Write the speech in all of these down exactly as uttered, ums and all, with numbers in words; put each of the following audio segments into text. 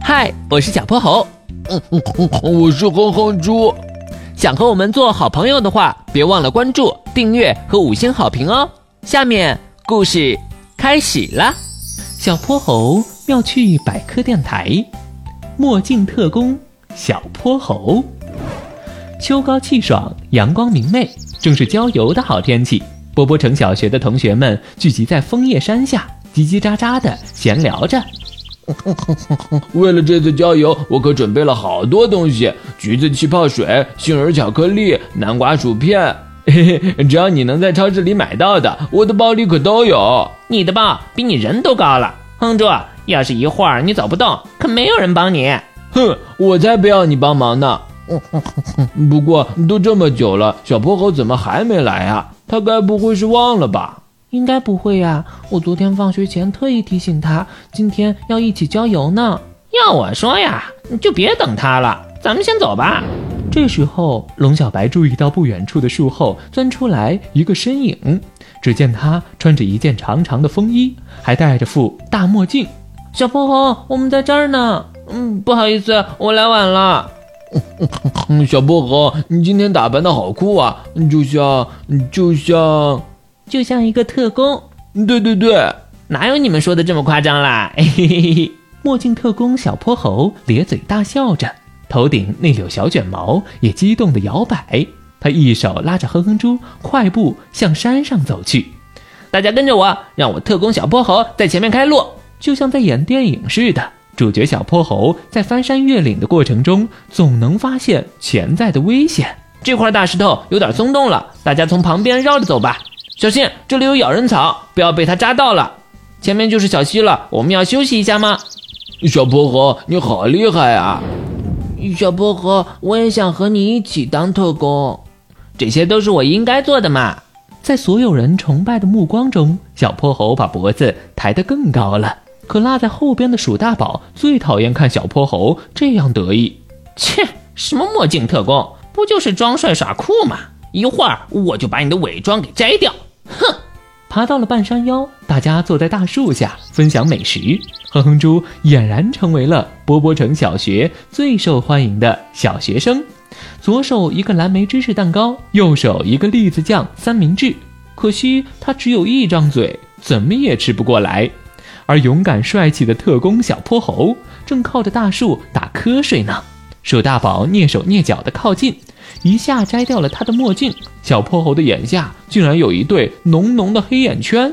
嗨，我是小泼猴。 嗯嗯嗯，我是哼哼猪。 想和我们做好朋友的话，别忘了关注、订阅和五星好评哦。下面故事开始了。小泼猴妙趣百科电台，墨镜特工小泼猴。秋高气爽，阳光明媚，正是郊游的好天气。波波城小学的同学们聚集在枫叶山下，叽叽喳喳地闲聊着。 为了这次郊游，我可准备了好多东西：橘子气泡水、杏仁巧克力、南瓜薯片。嘿嘿，只要你能在超市里买到的，我的包里可都有。 你的包比你人都高了，哼猪，要是一会儿你走不动，可没有人帮你。 哼，我才不要你帮忙呢。不过都这么久了，小泼猴怎么还没来啊？他该不会是忘了吧？ 应该不会呀、啊，我昨天放学前特意提醒他，今天要一起郊游呢。 要我说呀，你就别等他了，咱们先走吧。 这时候，龙小白注意到不远处的树后钻出来一个身影，只见他穿着一件长长的风衣，还戴着副大墨镜。小泼猴，我们在这儿呢。 嗯，不好意思，我来晚了。 小泼猴，你今天打扮得好酷啊，就像就像就像一个特工。 对对对， 哪有你们说的这么夸张啦？嘿嘿嘿。 墨镜特工小泼猴咧嘴大笑着，头顶那绺小卷毛也激动地摇摆。他一手拉着哼哼猪，快步向山上走去。 大家跟着我，让我特工小泼猴在前面开路。 就像在演电影似的，主角小泼猴在翻山越岭的过程中，总能发现潜在的危险。 这块大石头有点松动了，大家从旁边绕着走吧。小心，这里有咬人草，不要被它扎到了。前面就是小溪了，我们要休息一下吗？ 小泼猴，你好厉害啊！ 小泼猴，我也想和你一起当特工。 这些都是我应该做的嘛。 在所有人崇拜的目光中，小泼猴把脖子抬得更高了。可落在后边的鼠大宝最讨厌看小泼猴这样得意。 切，什么墨镜特工，不就是装帅耍酷吗？一会儿我就把你的伪装给摘掉。哼！ 爬到了半山腰，大家坐在大树下分享美食。哼哼猪俨然成为了波波城小学最受欢迎的小学生，左手一个蓝莓芝士蛋糕，右手一个栗子酱三明治。可惜他只有一张嘴，怎么也吃不过来。而勇敢帅气的特工小泼猴正靠着大树打瞌睡呢。鼠大宝蹑手蹑脚地靠近，一下摘掉了他的墨镜。小泼猴的眼下竟然有一对浓浓的黑眼圈。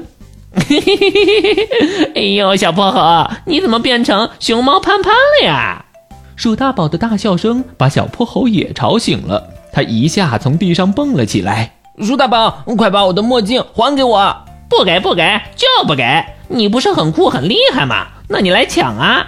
哎呦，小泼猴，你怎么变成熊猫潘潘了呀？ 鼠大宝的大笑声把小泼猴也吵醒了，他一下从地上蹦了起来。 鼠大宝，快把我的墨镜还给我！不给不给就不给！你不是很酷很厉害吗？那你来抢啊！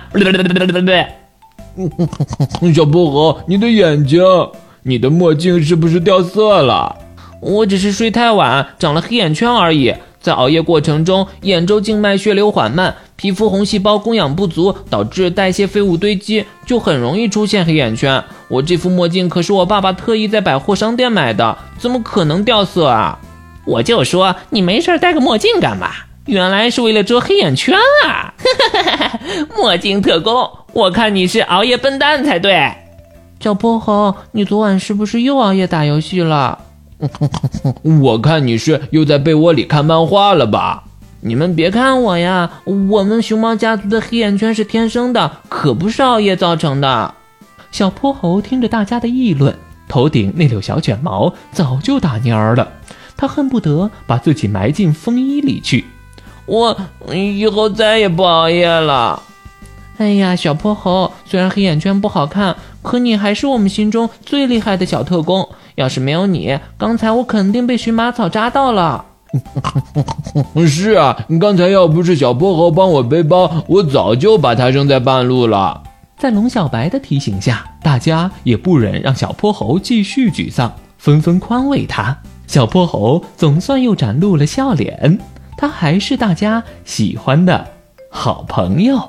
小泼猴，你的眼睛，你的墨镜是不是掉色了？ 我只是睡太晚，长了黑眼圈而已。在熬夜过程中，眼周静脉血流缓慢，皮肤红细胞供氧不足，导致代谢废物堆积，就很容易出现黑眼圈。我这副墨镜可是我爸爸特意在百货商店买的，怎么可能掉色啊？我就说你没事戴个墨镜干嘛？原来是为了遮黑眼圈啊！墨镜特工，我看你是熬夜笨蛋才对。 小泼猴，你昨晚是不是又熬夜打游戏了？ 我看你是又在被窝里看漫画了吧？ 你们别看我呀，我们熊猫家族的黑眼圈是天生的，可不是熬夜造成的。小泼猴听着大家的议论，头顶那绺小卷毛早就打蔫了，他恨不得把自己埋进风衣里去。 我以后再也不熬夜了。 哎呀，小泼猴，虽然黑眼圈不好看，可你还是我们心中最厉害的小特工。要是没有你，刚才我肯定被荨麻草扎到了。 是啊，刚才要不是小泼猴帮我背包，我早就把它扔在半路了。 在龙小白的提醒下，大家也不忍让小泼猴继续沮丧，纷纷宽慰他。小泼猴总算又展露了笑脸，他还是大家喜欢的好朋友。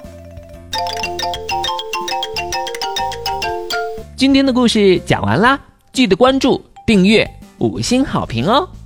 今天的故事讲完啦，记得关注、订阅、五星好评哦！